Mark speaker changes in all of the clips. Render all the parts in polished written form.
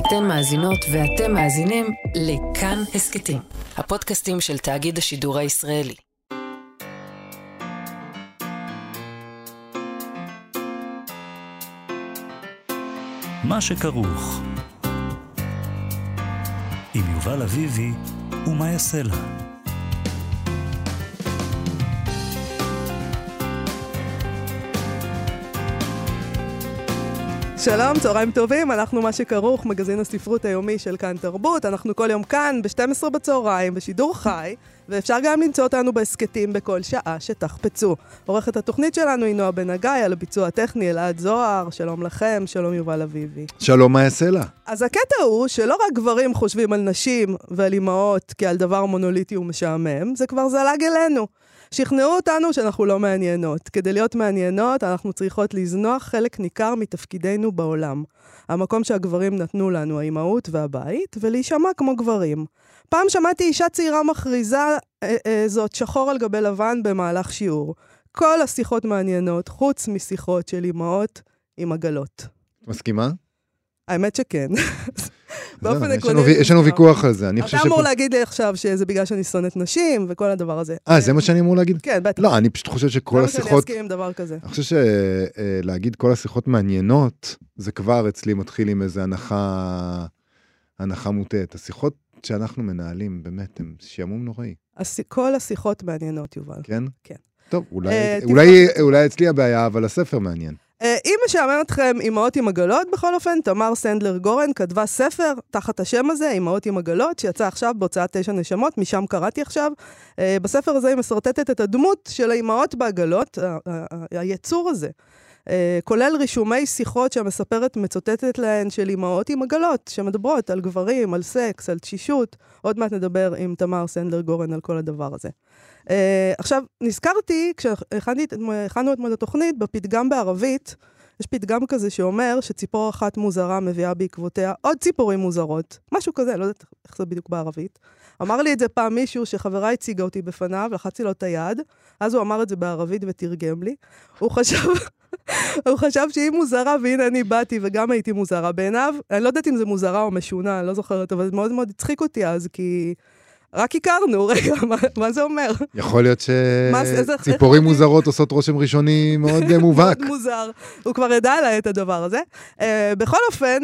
Speaker 1: אתן מאזינות ואתם מאזינים לכאן הסקטים, הפודקאסטים של תאגיד השידור הישראלי.
Speaker 2: מה שכרוך עם יובל אביבי ומה יעשה לה.
Speaker 3: שלום, צהריים טובים, אנחנו מה שכרוך, מגזין הספרות היומי של כאן תרבות. אנחנו כל יום כאן ב-12 בצהריים, בשידור חי, ואפשר גם למצוא אותנו בהסקטים בכל שעה שתחפצו. עורכת התוכנית שלנו היא נועה בן הגיא, על הביצוע הטכני אלעד זוהר. שלום לכם, שלום יובל אביבי.
Speaker 4: שלום, מה יעשה לה?
Speaker 3: אז הקטע הוא שלא רק גברים חושבים על נשים ועל אמהות כעל דבר מונוליטי ומשעמם, זה כבר זלג אלינו. שכנעו אותנו שאנחנו לא מעניינות. כדי להיות מעניינות, אנחנו צריכות לזנוח חלק ניכר מתפקידנו בעולם. המקום שהגברים נתנו לנו, האימהות והבית, ולהישמע כמו גברים. פעם שמעתי אישה צעירה מכריזה זאת שחור על גבי לבן במהלך שיעור. כל השיחות מעניינות, חוץ משיחות של אימהות עם עגלות.
Speaker 4: מסכימה?
Speaker 3: האמת שכן.
Speaker 4: יש לנו ויכוח על זה.
Speaker 3: אתה אמור להגיד לי עכשיו שזה בגלל שאני שונאת נשים וכל הדבר הזה.
Speaker 4: זה מה שאני אמור להגיד?
Speaker 3: כן, בטח.
Speaker 4: לא, אני פשוט חושב שכל השיחות... אני
Speaker 3: אסכים עם דבר כזה.
Speaker 4: אני חושב שלהגיד כל השיחות מעניינות, זה כבר אצלי מתחיל עם איזו הנחה מוטעת. השיחות שאנחנו מנהלים, באמת, הם שעמום נוראי.
Speaker 3: כל השיחות מעניינות, יובל.
Speaker 4: כן?
Speaker 3: כן.
Speaker 4: טוב, אולי אצלי הבעיה, אבל הספר מעניין.
Speaker 3: אם משעמם אתכם אמהות עם עגלות, בכל אופן, תמר סנדלר גורן כתבה ספר תחת השם הזה, אמהות עם עגלות, שיצא עכשיו בהוצאת 9 נשמות, משם קראתי עכשיו. בספר הזה היא מסרטטת את הדמות של האמהות בעגלות, היצור הזה. כולל רישומי שיחות שהמספרת מצוטטת להן של אמהות עם עגלות, שמדברות על גברים, על סקס, על תשישות. עוד מעט נדבר עם תמר סנדלר גורן על כל הדבר הזה. עכשיו, נזכרתי, כשהכנו אתמול התוכנית, בפתגם בערבית, יש פתגם כזה שאומר שציפור אחת מוזרה מביאה בעקבותיה עוד ציפורים מוזרות. משהו כזה, לא יודעת איך זה בדיוק בערבית. אמר לי את זה פעם מישהו שחברה הציגה אותי בפניו, לחצי לו את היד, אז הוא אמר את זה בערבית ותרגם לי. הוא חשב שהיא מוזרה, והנה אני באתי וגם הייתי מוזרה בעיניו. אני לא יודעת אם זה מוזרה או משונה, אני לא זוכרת, אבל זה מאוד מאוד הצחיק אותי אז, כי... רק הכרנו, רגע, מה זה אומר?
Speaker 4: יכול להיות שציפורים מוזרות עושות רושם ראשוני מאוד מובהק.
Speaker 3: מאוד מוזר. הוא כבר ידע עליי את הדבר הזה. בכל אופן,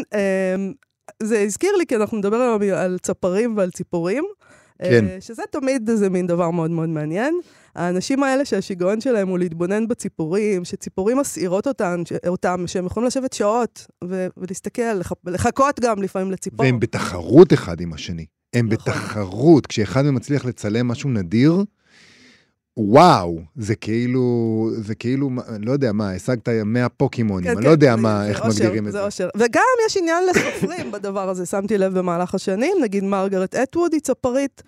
Speaker 3: זה הזכיר לי, כי אנחנו נדבר על צפרים ועל ציפורים, שזה תמיד איזה מין דבר מאוד מאוד מעניין. האנשים האלה שהשיגעון שלהם הוא להתבונן בציפורים, שציפורים מסעירות אותם, שהם יכולים לשבת שעות ולהסתכל, לחכות גם לפעמים לציפור.
Speaker 4: והם בתחרות אחד עם השני. הם בתחרות, כשאחד מצליח לצלם משהו נדיר, וואו, זה כאילו, לא יודע מה, השגת 100 פוקימונים, אני לא יודע מה, איך מגדירים את זה.
Speaker 3: זה אושר. וגם יש עניין לסופרים בדבר הזה, שמתי לב במהלך השנים, נגיד מרגרט אטווד היא צפרית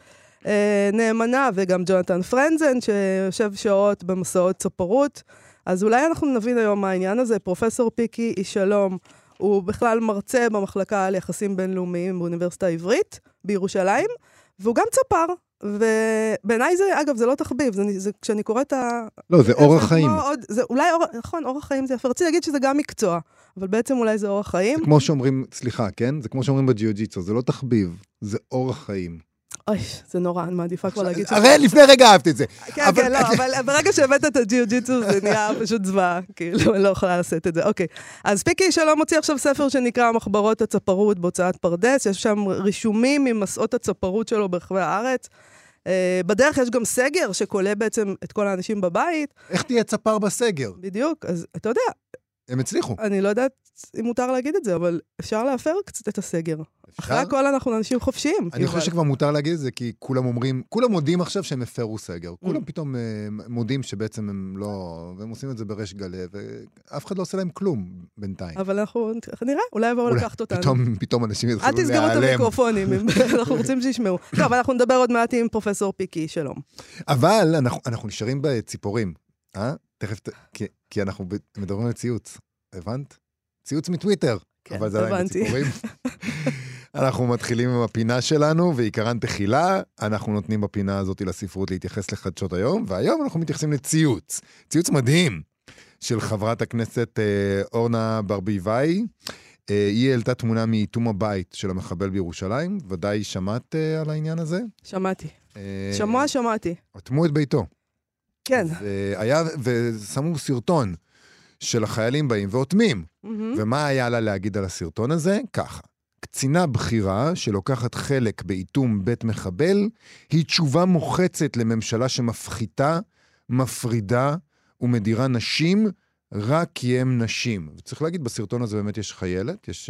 Speaker 3: נאמנה, וגם ג'ונתן פרנזן, שיושב שעות במסעות צפרות, אז אולי אנחנו נבין היום מה העניין הזה. פרופסור פיקי איש שלום, הוא בכלל מרצה במחלקה על יחסים בינלאומיים באוניברסיטה העברית, בירושלים, והוא גם צפר, ובעיניי זה, אגב, זה לא תחביב, זה כשאני קוראת
Speaker 4: לא, זה אורח חיים.
Speaker 3: זה אולי, נכון, אורח חיים זה יפה. רציתי להגיד שזה גם מקצוע, אבל בעצם אולי זה אורח חיים.
Speaker 4: זה כמו שאומרים, סליחה, כן? זה כמו שאומרים בג'יוג'יצו, זה לא תחביב, זה אורח חיים.
Speaker 3: אוי, זה נורא, אני מעדיפה כבר להגיד
Speaker 4: הרי לפני רגע אהבתי את זה.
Speaker 3: כן, כן, לא, אבל ברגע שהבאת את הג'יוג'יצו זה נהיה פשוט זוועה, כאילו, אני לא יכולה לעשות את זה. אוקיי, אז פיקי שלום מוציא עכשיו ספר שנקרא מחברות הצפרות בהוצאת פרדס, יש שם רישומים ממסעות הצפרות שלו ברחבי הארץ. בדרך יש גם סגר שכולה בעצם את כל האנשים בבית.
Speaker 4: איך תהיה צפר בסגר?
Speaker 3: בדיוק, אז אתה יודע.
Speaker 4: הם הצליחו.
Speaker 3: אני לא יודעת אם מותר להגיד את זה, אבל אפשר להפר קצת את הסגר. אחרי הכל אנחנו אנשים חופשיים.
Speaker 4: אני חושב שכבר מותר להגיד את זה, כי כולם מודים עכשיו שהם הפרו סגר. כולם פתאום מודים שבעצם הם לא, והם עושים את זה ברש גלה, ואף אחד לא עושה להם כלום בינתיים.
Speaker 3: אבל אנחנו נראה, אולי יבואו לקחת אותנו.
Speaker 4: פתאום אנשים יתחילו
Speaker 3: להיעלם. אל תסגרו את המיקרופונים, אנחנו רוצים שישמעו. טוב, אנחנו נדבר עוד מעט עם פרופסור פיקי, שלום.
Speaker 4: אבל אנחנו נשארים בציפורים, תכף, כי אנחנו מדברים על ציוץ. הבנת? ציוץ מטוויטר.
Speaker 3: כן,
Speaker 4: אבל זה עדיין בציפורים. אנחנו מתחילים עם הפינה שלנו, ועיקרן תחילה, אנחנו נותנים בפינה הזאת לספרות להתייחס לחדשות היום, והיום אנחנו מתייחסים לציוץ. ציוץ מדהים של חברת הכנסת אורנה ברביבאי, היא העלתה תמונה מאיתום הבית של המחבל בירושלים, ודאי שמעת על העניין הזה?
Speaker 3: שמעתי. שמעתי.
Speaker 4: אטמו את ביתו.
Speaker 3: כן.
Speaker 4: ושמו סרטון של החיילים באים ואוטמים. ומה היה לה להגיד על הסרטון הזה? ככה. קצינה בכירה שלוקחת חלק באיתום בית מחבל, היא תשובה מוחצת לממשלה שמפחיתה, מפרידה ומדירה נשים, רק כי הם נשים. וצריך להגיד, בסרטון הזה באמת יש חיילת, יש...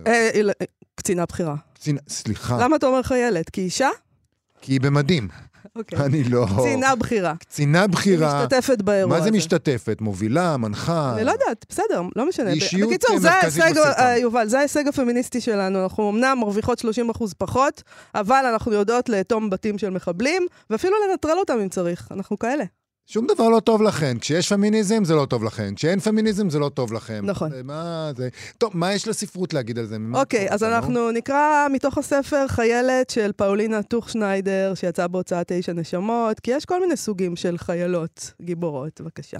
Speaker 3: קצינה בכירה.
Speaker 4: סליחה.
Speaker 3: למה אתה אומר חיילת? כי אישה?
Speaker 4: כי היא במדים.
Speaker 3: אוקיי.
Speaker 4: אני לא...
Speaker 3: קצינה בכירה.
Speaker 4: קצינה בכירה.
Speaker 3: היא משתתפת באירוע הזה.
Speaker 4: מה זה משתתפת? מובילה, מנחה?
Speaker 3: אני לא יודעת, בסדר, לא משנה.
Speaker 4: אישיות
Speaker 3: בקיצור,
Speaker 4: מרכזית בסרטון.
Speaker 3: יובל, זה ההישג הפמיניסטי שלנו. אנחנו אמנם מרוויחות 30% פחות, אבל אנחנו יודעות לאטום בתים של מחבלים, ואפילו לנטרל אותם אם צריך. אנחנו כאלה.
Speaker 4: שום דבר לא טוב לכם. כשיש פמיניזם זה לא טוב לכם. כשאין פמיניזם זה לא טוב לכם.
Speaker 3: נכון.
Speaker 4: מה זה? טוב, מה יש לספרות להגיד על זה?
Speaker 3: אוקיי, אז אנחנו נקרא מתוך הספר חיילת של פאולינה טוכשניידר, שיצאה בהוצאת 9 נשמות, כי יש כל מיני סוגים של חיילות גיבורות. בבקשה.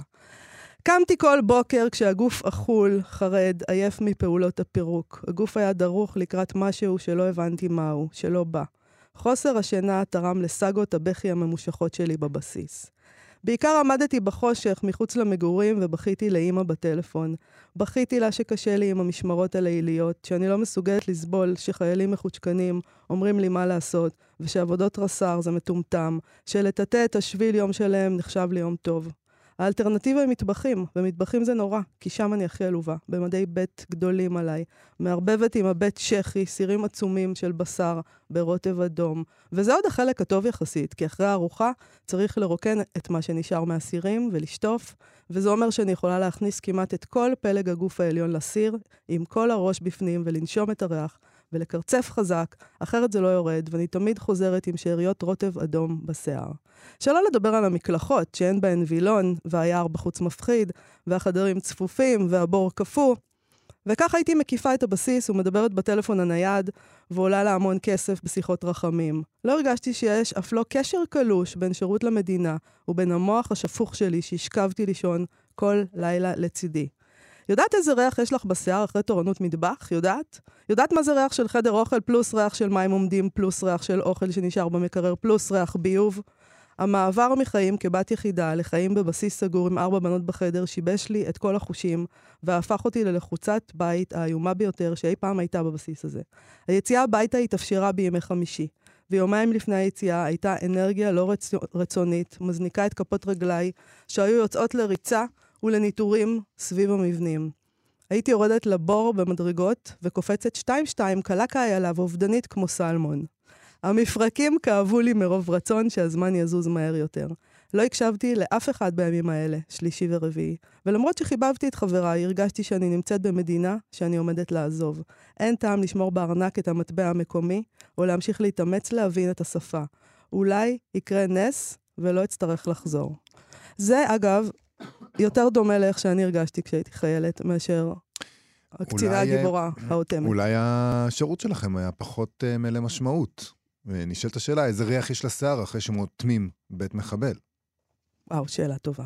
Speaker 3: קמתי כל בוקר כשהגוף אכול, חרד, עייף מפעולות הפירוק. הגוף היה דרוך לקראת משהו שלא הבנתי מהו, שלא בא. חוסר השינה תרם לסגות הבכי הממושכות שלי בבסיס. בעיקר עמדתי בחושך מחוץ למגורים ובכיתי לאמא בטלפון. בכיתי לה שקשה לי עם המשמרות הליליות, שאני לא מסוגלת לסבול שחיילים מחוצ'קנים אומרים לי מה לעשות, ושעבודות רס"ר זה מטומטם, שלטאטא את השביל יום שלהם נחשב לי יום טוב. האלטרנטיבה היא מטבחים, ומטבחים זה נורא, כי שם אני הכי עלובה, במדי בית גדולים עליי, מערבבת עם הבית שכי, סירים עצומים של בשר, ברוטב אדום, וזה עוד החלק הטוב יחסית, כי אחרי הארוחה צריך לרוקן את מה שנשאר מהסירים ולשטוף, וזה אומר שאני יכולה להכניס כמעט את כל פלג הגוף העליון לסיר, עם כל הראש בפנים ולנשום את הריח, ולקרצף חזק, אחרת זה לא יורד, ואני תמיד חוזרת עם שאריות רוטב אדום בשיער. שלא לדבר על המקלחות, שאין בהן וילון, והיער בחוץ מפחיד, והחדרים צפופים, והבור קפוא. וכך הייתי מקיפה את הבסיס ומדברת בטלפון הנייד, ועולה לה המון כסף בשיחות רחמים. לא הרגשתי שיש אף לא קשר קלוש בין שירות למדינה, ובין המוח השפוך שלי שהשכבתי לישון כל לילה לצידי. יודעת איזה ריח יש לך בשיער אחרי תורנות מטבח? יודעת? יודעת מה זה ריח של חדר אוכל פלוס ריח של מים עומדים פלוס ריח של אוכל שנשאר במקרר פלוס ריח ביוב? המעבר מחיים כבת יחידה לחיים בבסיס סגור עם 4 בנות בחדר שיבש לי את כל החושים והפך אותי ללחוצת בית האיומה ביותר שאי פעם הייתה בבסיס הזה. היציאה הביתה התאפשרה בימי חמישי, ויומיים לפני היציאה הייתה אנרגיה לא רצונית, מזניקה את כפות רגליי שהיו יוצאות לריצה ולניטורים סביב המבנים. הייתי יורדת לבור במדרגות וקופצת 2-2 קלה כאיילה ואובדנית כמו סלמון. המפרקים כאבו לי מרוב רצון שהזמן יזוז מהר יותר. לא הקשבתי לאף אחד בימים האלה, שלישי ורביעי. ולמרות שחיבבתי את חבריי, הרגשתי שאני נמצאת במדינה שאני עומדת לעזוב. אין טעם לשמור בארנק את המטבע המקומי, או להמשיך להתאמץ להבין את השפה. אולי יקרה נס ולא אצטרך לחזור. זה, אגב, יותר דומה לאיך שאני הרגשתי כשהייתי חיילת, מאשר הקצינה הגיבורה האוטמת.
Speaker 4: אולי השירות שלכם היה פחות מלא משמעות. ונשאלת השאלה, איזה ריח יש לשיער אחרי שמאוטמים בית מחבל?
Speaker 3: וואו, שאלה טובה.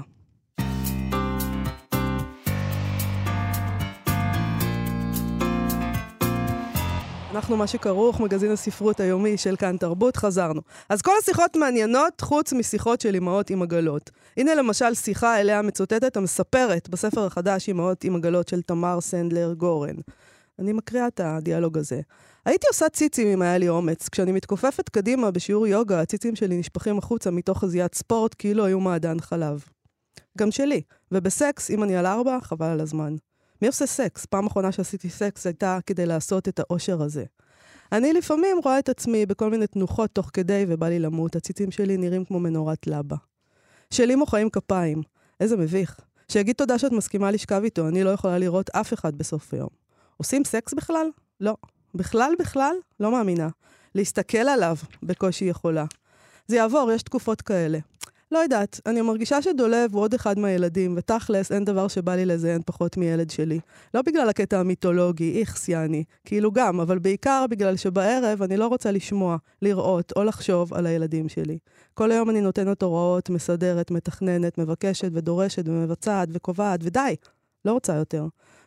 Speaker 3: אנחנו מה שכרוך, מגזין הספרות היומי של כאן תרבות, חזרנו. אז כל השיחות מעניינות חוץ משיחות של אמהות עם עגלות. הנה למשל שיחה אליה מצוטטת המספרת בספר החדש אמהות עם עגלות של תמר סנדלר גורן. אני מקריאה את הדיאלוג הזה. הייתי עושה ציצים אם היה לי אומץ. כשאני מתכופפת קדימה בשיעור יוגה, הציצים שלי נשפכים החוצה מתוך חזיית ספורט כאילו היו מעדן חלב. גם שלי. ובסקס, אם אני על 4, חבל על הזמן. מי עושה סקס? פעם אחרונה שעשיתי סקס הייתה כדי לעשות את האושר הזה. אני לפעמים רואה את עצמי בכל מיני תנוחות תוך כדי ובא לי למות. הציצים שלי נראים כמו מנורת לבה. שלי מוחאים כפיים. איזה מביך. שיגיד תודה שאת מסכימה לשכב איתו, אני לא יכולה לראות אף אחד בסוף היום. עושים סקס בכלל? לא. בכלל? לא מאמינה. להסתכל עליו בקושי יכולה. זה יעבור, יש תקופות כאלה. לא יודעת, אני מרגישה שדולב הוא עוד אחד מהילדים, ותכלס אין דבר שבא לי לזיין פחות מילד שלי. לא בגלל הקטע המיתולוגי, איכס יעני, כאילו גם, אבל בעיקר בגלל שבערב אני לא רוצה לשמוע, לראות או לחשוב על הילדים שלי. כל היום אני נותנת הוראות, מסדרת, מתכננת, מבקשת ודורשת ומבצעת וקובעת, ודי, לא רוצה יותר.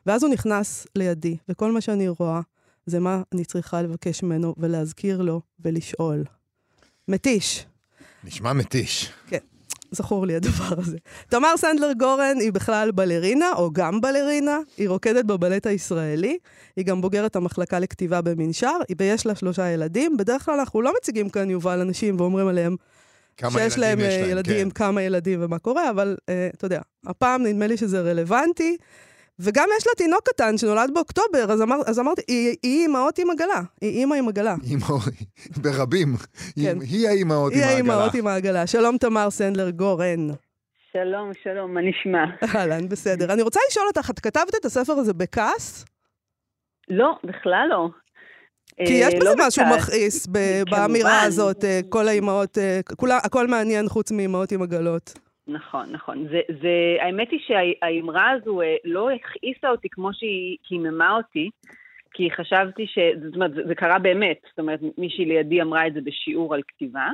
Speaker 3: ואז הוא נכנס לידי, וכל מה שאני רואה, זה מה אני צריכה לבקש ממנו, ולהזכיר לו, ולשאול. מתיש.
Speaker 4: נשמע מתיש.
Speaker 3: כן, זכור לי הדבר הזה. תמר סנדלר גורן היא בכלל בלרינה, או גם בלרינה, היא רוקדת בבלט הישראלי, היא גם בוגרת המחלקה לכתיבה במנשר, ויש לה 3 ילדים, בדרך כלל אנחנו לא מציגים כאן יובל אנשים, ואומרים עליהם, שיש להם ילדים, כמה ילדים ומה קורה, אבל אתה יודע, הפעם נדמה לי שזה רלוונטי, וגם יש לה תינוק קטן שנולד באוקטובר, אז אמרתי, היא אימהות עם עגלה, היא אימא עם עגלה.
Speaker 4: ברבים, היא האימהות עם העגלה.
Speaker 3: היא האימהות עם העגלה. שלום תמר סנדלר גורן.
Speaker 5: שלום, שלום, מה נשמע?
Speaker 3: אהלן, בסדר. אני רוצה לשאול אותך, את כתבת את הספר הזה בכעס?
Speaker 5: לא, בכלל לא.
Speaker 3: כי יש בזה משהו מכעיס באמירה הזאת, כל האימהות, הכל מעניין חוץ מאימהות עם עגלות.
Speaker 5: נכון, נכון. האמת היא שהאמרה הזו לא הכעיסה אותי כמו שהיא קיממה אותי, כי חשבתי זאת אומרת, זה קרה באמת, זאת אומרת, מישהי לידי אמרה את זה בשיעור על כתיבה,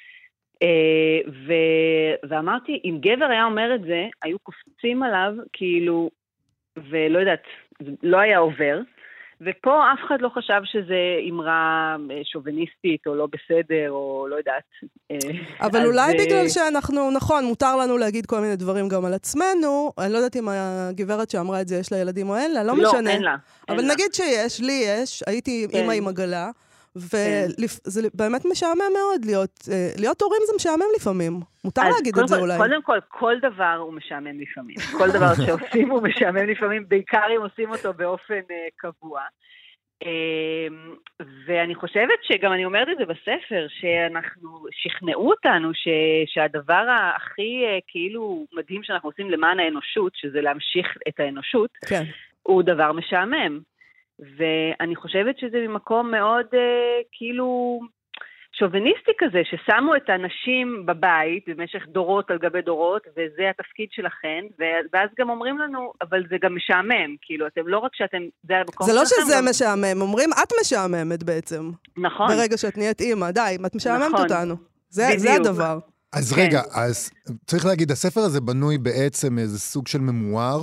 Speaker 5: ואמרתי, אם גבר היה אומר את זה, היו קופצים עליו, כאילו, ולא יודעת, לא היה עובר, ופה אף אחד לא חשב שזה אמרה שוביניסטית או לא בסדר או לא יודעת.
Speaker 3: אבל אולי בגלל שאנחנו, נכון, מותר לנו להגיד כל מיני דברים גם על עצמנו, אני לא יודעת אם הגברת שאמרה את זה יש לה ילדים או אין לה, לא משנה.
Speaker 5: לא, אין לה.
Speaker 3: אבל נגיד שיש, לי יש, הייתי אימא עם עגלה, וזה באמת משעמם מאוד להיות הורים זה משעמם לפעמים. מותר להגיד את זה אולי.
Speaker 5: קודם כל, כל דבר הוא משעמם לפעמים. כל דבר שעושים הוא משעמם לפעמים, בעיקר אם עושים אותו באופן קבוע. ואני חושבת שגם אני אומרת את זה בספר, שאנחנו שכנעו אותנו שהדבר הכי כאילו מדהים שאנחנו עושים למען האנושות, שזה להמשיך את האנושות, הוא דבר משעמם. ואני חושבת שזה ממקום מאוד כאילו שוביניסטי כזה, ששמו את האנשים בבית במשך דורות על גבי דורות, וזה התפקיד שלכם, ואז גם אומרים לנו, אבל זה גם משעמם, כאילו, אתם לא רק שאתם, זה המקום
Speaker 3: שלכם. זה לא שזה משעמם, אומרים, את משעממת בעצם.
Speaker 5: נכון.
Speaker 3: ברגע שאת נהיית אימא, די, את משעממת אותנו. זה הדבר.
Speaker 4: אז רגע, אז צריך להגיד, הספר הזה בנוי בעצם איזה סוג של ממואר,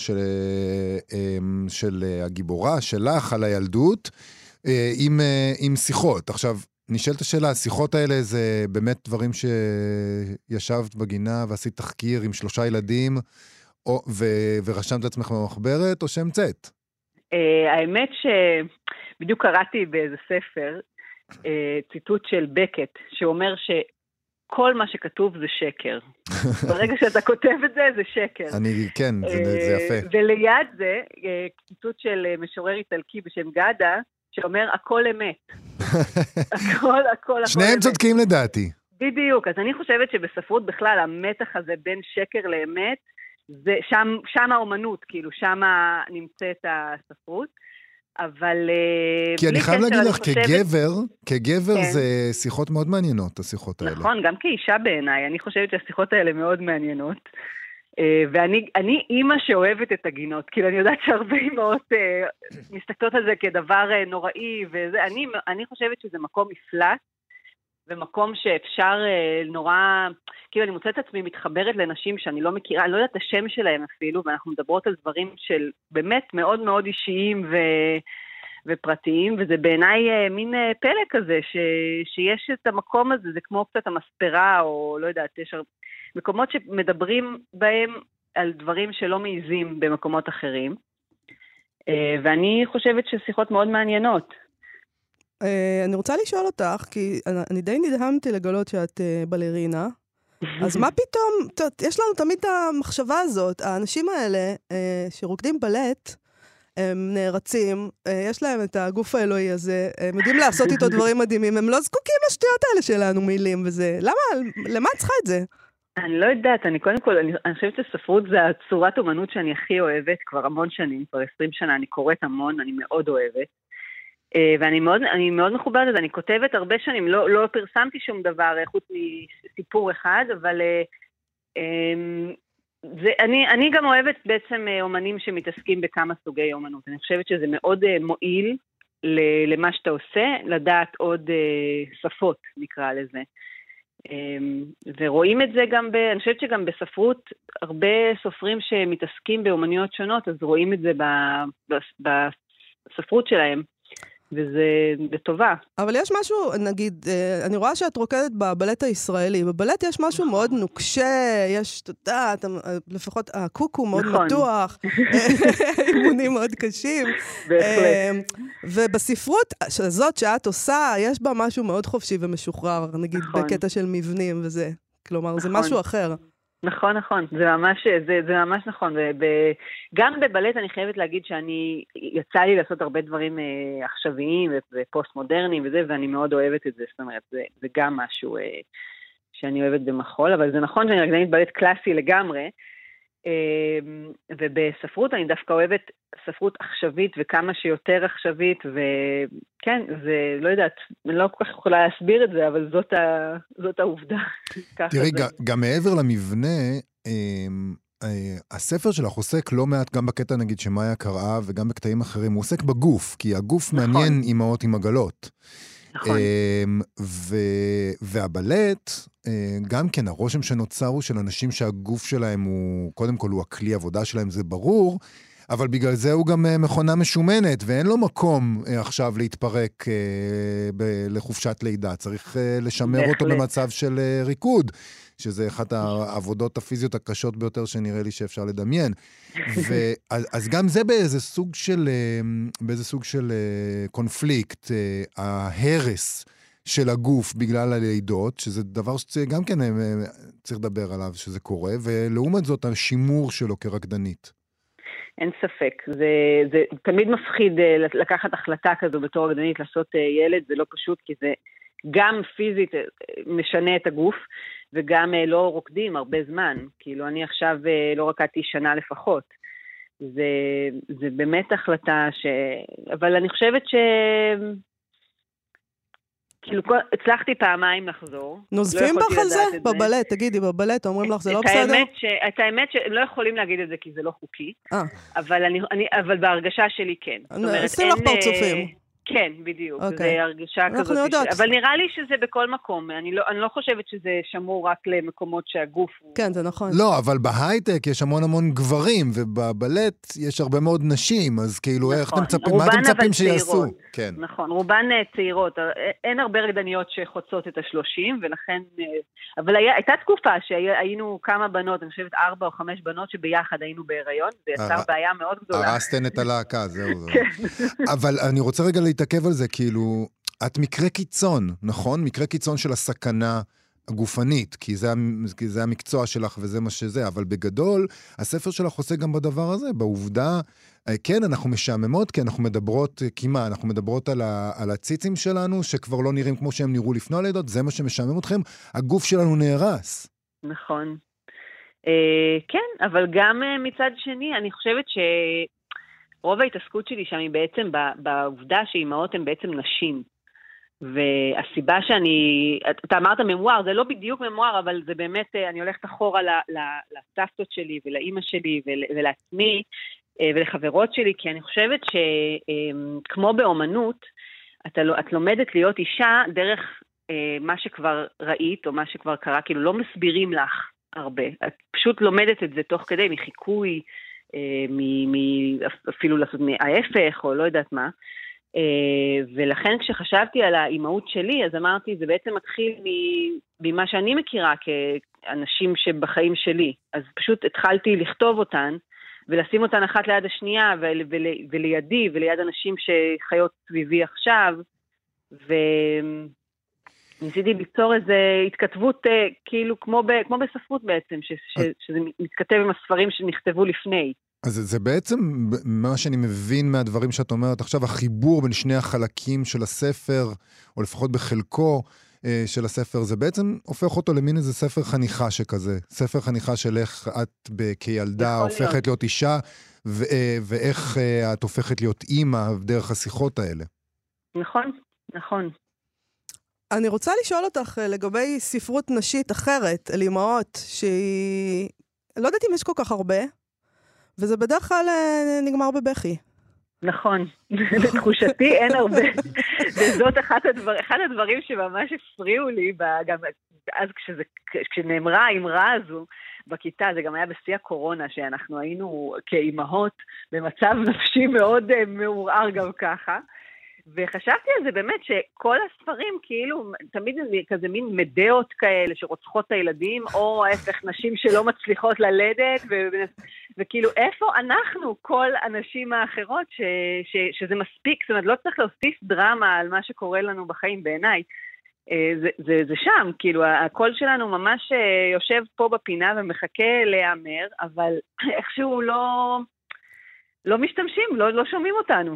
Speaker 4: של הגיבורה, שלך, על הילדות, עם שיחות. עכשיו, נשאלת השאלה, השיחות האלה זה באמת דברים שישבת בגינה ועשית תחקיר עם 3 ילדים, ורשמת לעצמך במחברת, או שהמצאת?
Speaker 5: האמת שבדיוק קראתי באיזה ספר, ציטוט של בקט, שאומר כל מה שכתוב זה שקר. ברגע שאתה כותב את זה, זה שקר.
Speaker 4: כן, זה יפה.
Speaker 5: וליד זה, ציטוט של משורר איטלקי בשם גדה, שאומר, הכל אמת. הכל אמת.
Speaker 4: שניהם צודקים לדעתי.
Speaker 5: בדיוק, אז אני חושבת שבספרות בכלל, המתח הזה בין שקר לאמת, שם האומנות, כאילו, שם נמצאת הספרות. אבל
Speaker 4: כי אני חייב להגיד לך, כגבר זה שיחות מאוד מעניינות, השיחות האלה.
Speaker 5: נכון, גם כאישה בעיניי, אני חושבת שהשיחות האלה מאוד מעניינות, ואני אימא שאוהבת את הגינות, כאילו אני יודעת שהרבה אימהות מסתכלות על זה כדבר נוראי, אני חושבת שזה מקום מפלט, ומקום שאפשר נורא, כאילו אני מוצאת עצמי מתחברת לנשים שאני לא מכירה, אני לא יודעת את השם שלהם אפילו, ואנחנו מדברות על דברים של באמת מאוד מאוד אישיים ופרטיים, וזה בעיניי מין פלא כזה, שיש את המקום הזה, זה כמו קצת המספרה, או לא יודעת, יש מקומות שמדברים בהם על דברים שלא מעיזים במקומות אחרים, ואני חושבת ששיחות מאוד מעניינות.
Speaker 3: אני רוצה לשאול אותך, כי אני די נדהמתי לגלות שאת בלרינה, אז מה פתאום, יש לנו תמיד את המחשבה הזאת, האנשים האלה שרוקדים בלט, הם נערצים, יש להם את הגוף האלוהי הזה, הם יודעים לעשות איתו דברים מדהימים, הם לא זקוקים לשטויות האלה שלנו, מילים וזה. למה את צריכה את זה?
Speaker 5: אני לא יודעת, קודם כל, אני חושבת שספרות זה הצורת אומנות שאני הכי אוהבת, כבר המון שנים, כבר 20 שנה, אני קוראת המון, אני מאוד אוהבת. ואני מאוד מחוברת לזה, אני כותבת הרבה שנים, לא פרסמתי שום דבר חוץ מסיפור אחד, אבל אני גם אוהבת בעצם אומנים שמתעסקים בכמה סוגי אומנות, אני חושבת שזה מאוד מועיל למה שאתה עושה, לדעת עוד שפות נקרא לזה. ורואים את זה גם, אני חושבת שגם בספרות, הרבה סופרים שמתעסקים באומנויות שונות, אז רואים את זה בספרות שלהם. וזה בטובה.
Speaker 3: אבל יש משהו, נגיד, אני רואה שאת רוקדת בבלט הישראלי. בבלט יש משהו מאוד נוקשה, יש, תודה, לפחות הקוקו מאוד מתוח, אימונים מאוד קשים.
Speaker 5: בהחלט.
Speaker 3: ובספרות הזאת שאת עושה, יש בה משהו מאוד חופשי ומשוחרר, נגיד בקטע של מבנים וזה. כלומר, זה משהו אחר.
Speaker 5: נכון, נכון, זה ממש נכון, גם בבלט אני חייבת להגיד שאני, יצא לי לעשות הרבה דברים עכשוויים ופוסט-מודרניים וזה, ואני מאוד אוהבת את זה, זאת אומרת, זה גם משהו שאני אוהבת במחול, אבל זה נכון שאני רקדנית בלט קלאסי לגמרי, ובספרות אני דווקא אוהבת ספרות עכשווית וכמה שיותר עכשווית, וכן, זה לא יודעת, אני לא כל כך יכולה להסביר את זה, אבל זאת העובדה.
Speaker 4: תראי, גם מעבר למבנה, הספר שלך עוסק לא מעט גם בקטע נגיד שמאיה קראה וגם בקטעים אחרים, הוא עוסק בגוף, כי הגוף מעניין אימהות עם עגלות.
Speaker 5: נכון.
Speaker 4: והבלט, גם כן הרושם שנוצר הוא של אנשים שהגוף שלהם הוא, קודם כל הוא הכלי עבודה שלהם, זה ברור, אבל בגלל זה הוא גם מכונה משומנת, ואין לו מקום עכשיו להתפרק לחופשת לידה. צריך לשמר אותו במצב של ריקוד, שזה אחת העבודות הפיזיות הקשות ביותר שנראה לי שאפשר לדמיין. אז גם זה באיזה סוג של קונפליקט, ההרס של הגוף בגלל הלידות, שזה דבר שגם כן צריך לדבר עליו שזה קורה, ולעומת זאת השימור שלו כרקדנית.
Speaker 5: אין ספק, זה תמיד מפחיד לקחת החלטה כזו בתור רקדנית, לעשות ילד, זה לא פשוט, כי זה גם פיזית משנה את הגוף, וגם לא רוקדים הרבה זמן, כאילו אני עכשיו לא רקדתי שנה לפחות, זה באמת החלטה אבל אני חושבת כאילו, הצלחתי פעמיים לחזול.
Speaker 3: נוזפים בך על זה? בבלט, תגידי, בבלט, אומרים לך, זה לא בסדר?
Speaker 5: את האמת שהם לא יכולים להגיד את זה, כי זה לא חוקי. אבל בהרגשה שלי כן.
Speaker 3: עושים לך פרצופים.
Speaker 5: כן, בדיוק. זה הרגשה כזאת. אבל נראה לי שזה בכל מקום. אני לא חושבת שזה שמור רק למקומות שהגוף הוא...
Speaker 3: כן, זה נכון.
Speaker 4: לא, אבל בהייטק יש המון גברים, ובבלט יש הרבה מאוד נשים, אז כאילו, איך אתם מצפים? מה אתם מצפים שיעשו?
Speaker 5: נכון, רובן צעירות. אין הרבה רקדניות שחוצות את 30, ולכן... אבל הייתה תקופה שהיינו כמה בנות, אני חושבת 4 או 5 בנות שביחד היינו בהיריון, זה יצר בעיה מאוד גדולה.
Speaker 4: הרסתן את הלהקה, זהו. אבל אני רוצה רגע להתעכב על זה, כאילו, את מקרה קיצון, נכון? מקרה קיצון של הסכנה הגופנית, כי זה המקצוע שלך וזה מה שזה, אבל בגדול, הספר שלך עושה גם בדבר הזה, בעובדה, כן, אנחנו משעממות, כי אנחנו מדברות, כמעט, אנחנו מדברות על הציצים שלנו, שכבר לא נראים כמו שהם נראו לפני הלידות, זה מה שמשעמם אתכם, הגוף שלנו נהרס.
Speaker 5: נכון. כן, אבל גם מצד שני, אני חושבת רוב ההתעסקות שלי שם היא בעצם בעובדה שאימהות הן בעצם נשים. והסיבה אתה אמרת ממואר, זה לא בדיוק ממואר, אבל זה באמת, אני הולכת אחורה לסבתות שלי ולאמא שלי ולעצמי ולחברות שלי, כי אני חושבת שכמו באומנות, את לומדת להיות אישה דרך מה שכבר ראית או מה שכבר קרה, כאילו לא מסבירים לך הרבה. את פשוט לומדת את זה תוך כדי מחיקוי, אפילו לעשות ההפך או לא יודעת מה, ולכן כשחשבתי על האימהות שלי, אז אמרתי, זה בעצם מתחיל ממה שאני מכירה כאנשים שבחיים שלי, אז פשוט התחלתי לכתוב אותן, ולשים אותן אחת ליד השנייה, ולידי, וליד אנשים שחיות סביבי עכשיו, ניסיתי ליצור איזו התכתבות, כאילו כמו בספרות בעצם, שזה מתכתב עם הספרים שנכתבו לפני.
Speaker 4: אז זה בעצם מה שאני מבין מהדברים שאת אומרת, עכשיו החיבור בין שני החלקים של הספר, או לפחות בחלקו של הספר, זה בעצם הופך אותו למין איזה ספר חניכה שכזה, ספר חניכה של איך את כילדה הופכת להיות אישה, ואיך את הופכת להיות אימא דרך השיחות האלה.
Speaker 5: נכון, נכון.
Speaker 3: אני רוצה לשאול אותך לגבי ספרות נשית אחרת, על אימהות, שהיא... לא יודעת אם יש כל כך הרבה, וזה בדרך כלל נגמר בבכי.
Speaker 5: נכון, לתחושתי אין הרבה, וזאת אחד הדברים שממש הפריעו לי, גם אז כשנאמרה האמרה הזו בכיתה, זה גם היה בשיא הקורונה, שאנחנו היינו כאימהות במצב נפשי מאוד מעורער גם ככה, וחשבתי על זה באמת שכל הספרים כאילו תמיד כזה מין מדעות כאלה שרוצחות את הילדים, או ההפך נשים שלא מצליחות ללדת, וכאילו איפה אנחנו כל הנשים האחרות שזה מספיק, זאת אומרת לא צריך להוסיף דרמה על מה שקורה לנו בחיים בעיניי, זה שם, כאילו הקול שלנו ממש יושב פה בפינה ומחכה להיאמר, אבל איכשהו לא משתמשים, לא שומעים אותנו.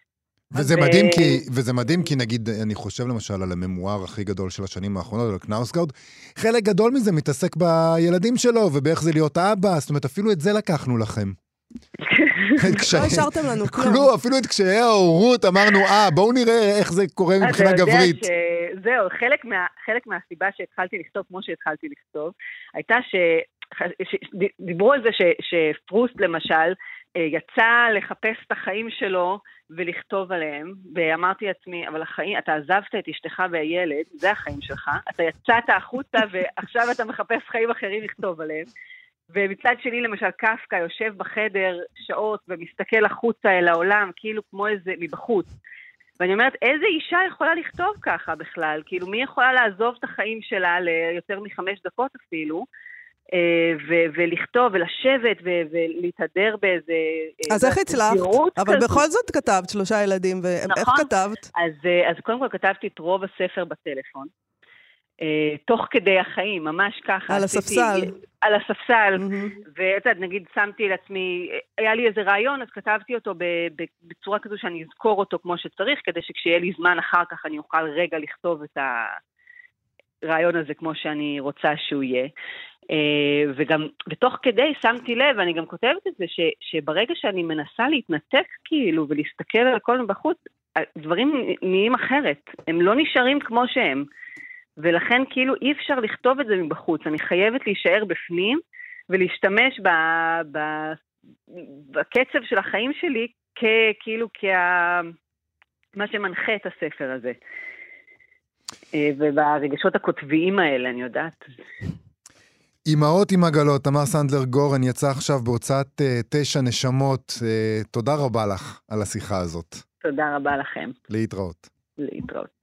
Speaker 4: וזה מדהים כי נגיד, אני חושב למשל על הממואר הכי גדול של השנים האחרונות, על קנאוסגארד, חלק גדול מזה מתעסק בילדים שלו, ובאיך זה להיות אבא, זאת אומרת, אפילו את זה לקחנו לכם.
Speaker 3: לא השארתם לנו
Speaker 4: כלום. אפילו את קשיי ההורות אמרנו, בואו נראה איך זה קורה מבחינה גברית.
Speaker 5: זהו, חלק מהסיבה שהתחלתי לכתוב כמו שהתחלתי לכתוב, הייתה שדיברו על זה שפרוסט למשל, יצא לחפש את החיים שלו ולכתוב עליהם, ואמרתי לעצמי, אבל החיים, אתה עזבת את אשתך והילד, זה החיים שלך, אתה יצאת החוצה ועכשיו אתה מחפש חיים אחרים לכתוב עליהם, ומצד שני למשל קפקא יושב בחדר שעות ומסתכל החוצה אל העולם, כאילו כמו איזה מבחוץ, ואני אומרת, איזה אישה יכולה לכתוב ככה בכלל? כאילו מי יכולה לעזוב את החיים שלה ליותר מ5 דקות אפילו, ולכתוב ולשבת ולהתהדר באיזה...
Speaker 3: אז איך הצלחת? אבל בכל זאת כתבת 3 ילדים, ואיך כתבת?
Speaker 5: אז קודם כל כתבתי את רוב הספר בטלפון, תוך כדי החיים, ממש ככה.
Speaker 3: על הספסל.
Speaker 5: על הספסל, ואתה נגיד שמתי לעצמי, היה לי איזה רעיון, אז כתבתי אותו בצורה כזו שאני אזכור אותו כמו שצריך, כדי שכשיהיה לי זמן אחר כך אני אוכל רגע לכתוב את הרעיון הזה כמו שאני רוצה שהוא יהיה. וגם בתוך כדי שמתי לב, ואני גם כותבת את זה, שברגע שאני מנסה להתנתק כאילו, ולהסתכל על הכל בחוץ, דברים נהיים אחרת, הם לא נשארים כמו שהם, ולכן כאילו אי אפשר לכתוב את זה מבחוץ, אני חייבת להישאר בפנים, ולהשתמש בקצב של החיים שלי, כאילו מה שמנחה את הספר הזה, וברגשות הכותביים האלה, אני יודעת.
Speaker 4: אמהות עם עגלות, תמר סנדלר גורן יצא עכשיו בהוצאת 9 נשמות. תודה רבה לך על השיחה הזאת.
Speaker 5: תודה רבה לכם.
Speaker 4: להתראות.
Speaker 5: להתראות.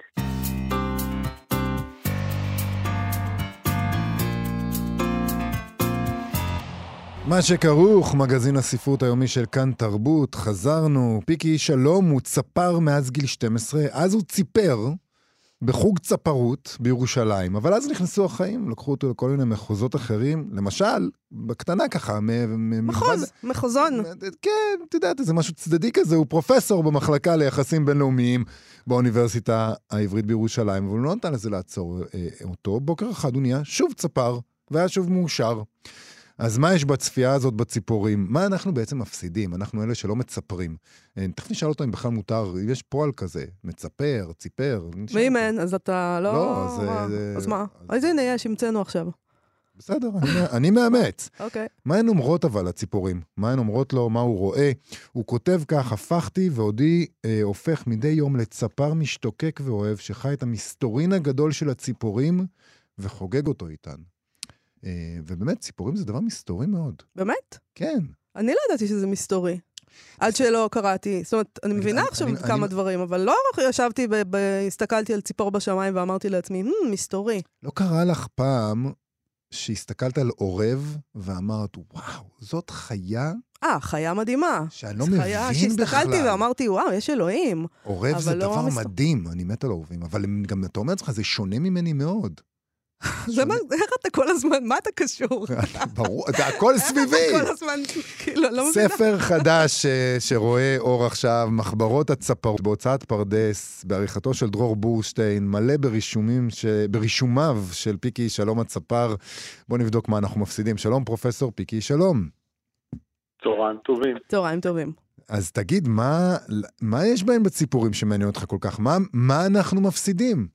Speaker 4: מה שכרוך, מגזין הספרות היומי של כאן תרבות, חזרנו. פיקי שלום הוא צפר מאז גיל 12, אז הוא ציפר בחוג צפרות בירושלים, אבל אז נכנסו החיים, לקחו אותו לכל מיני מחוזות אחרים, למשל, בקטנה ככה,
Speaker 3: מחוזון.
Speaker 4: כן, אתה יודעת, זה משהו צדדי כזה, הוא פרופסור במחלקה ליחסים בינלאומיים באוניברסיטה העברית בירושלים, אבל הוא לא נתן לזה לעצור אותו, בוקר אחד הוא נהיה שוב צפר, והיה שוב מאושר. אז מה יש בצפייה הזאת בציפורים? מה אנחנו בעצם מפסידים? אנחנו אלה שלא מצפרים. תכף נשאל אותו אם בכלל מותר, יש פועל כזה, מצפר, ציפר.
Speaker 3: ואם אין, אז אתה לא...
Speaker 4: לא,
Speaker 3: אז מה? אז הנה יש, המצאנו עכשיו.
Speaker 4: בסדר, אני מאמץ.
Speaker 3: אוקיי.
Speaker 4: מה הן אומרות אבל הציפורים? מה הן אומרות לו, מה הוא רואה? הוא כותב כך, הפכתי ועודי הופך מדי יום לצפר משתוקק ואוהב, שחי את המסתורין הגדול של הציפורים וחוגג אותו איתן. ובאמת, ציפורים זה דבר מסתורי מאוד.
Speaker 3: באמת?
Speaker 4: כן.
Speaker 3: אני לא ידעתי שזה מסתורי. עד שלא קראתי. זאת אומרת, אני מבינה עכשיו כמה דברים, אבל לא ישבתי והסתכלתי על ציפור בשמיים ואמרתי לעצמי, מסתורי.
Speaker 4: לא קרה לך פעם שהסתכלת על עורב ואמרת, וואו, זאת חיה?
Speaker 3: חיה מדהימה.
Speaker 4: שאני לא מבין בכלל.
Speaker 3: שהסתכלתי ואמרתי, וואו, יש אלוהים.
Speaker 4: עורב זה דבר מדהים, אני מת על עורבים, אבל גם אתה אומר לך, זה שונה ממני מאוד.
Speaker 3: איך אתה כל הזמן, מה אתה קשור?
Speaker 4: ברור, זה הכל סביבי.
Speaker 3: כל הזמן, כאילו, לא מבינה.
Speaker 4: ספר חדש שרואה אור עכשיו, מחברות הצפרות, בהוצאת פרדס, בעריכתו של דרור בורשטיין, מלא ברישומיו של פיקי שלום הצפר. בוא נבדוק מה אנחנו מפסידים. שלום פרופסור פיקי שלום.
Speaker 6: צהריים טובים.
Speaker 3: צהריים טובים.
Speaker 4: אז תגיד, מה יש בהם בציפורים שמעניין אותך כל כך? מה אנחנו מפסידים?